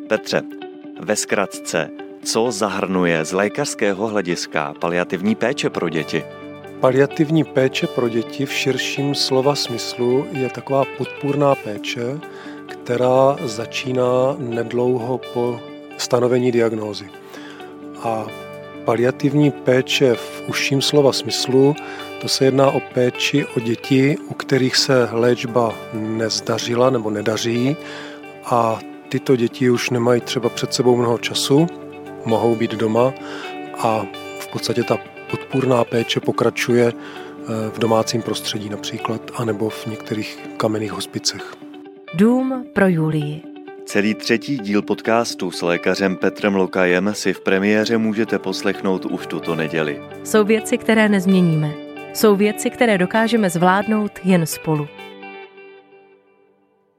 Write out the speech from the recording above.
Petře, ve zkratce, co zahrnuje z lékařského hlediska paliativní péče pro děti? Paliativní péče pro děti v širším slova smyslu je taková podpůrná péče, která začíná nedlouho po stanovení diagnózy. A paliativní péče v užším slova smyslu, to se jedná o péči o děti, u kterých se léčba nezdařila nebo nedaří a tyto děti už nemají třeba před sebou mnoho času, mohou být doma a v podstatě ta podpůrná péče pokračuje v domácím prostředí například, anebo v některých kamenných hospicech. Dům pro Julii. Celý 3. díl podcastu s lékařem Petrem Lokajem si v premiéře můžete poslechnout už tuto neděli. Jsou věci, které nezměníme. Jsou věci, které dokážeme zvládnout jen spolu.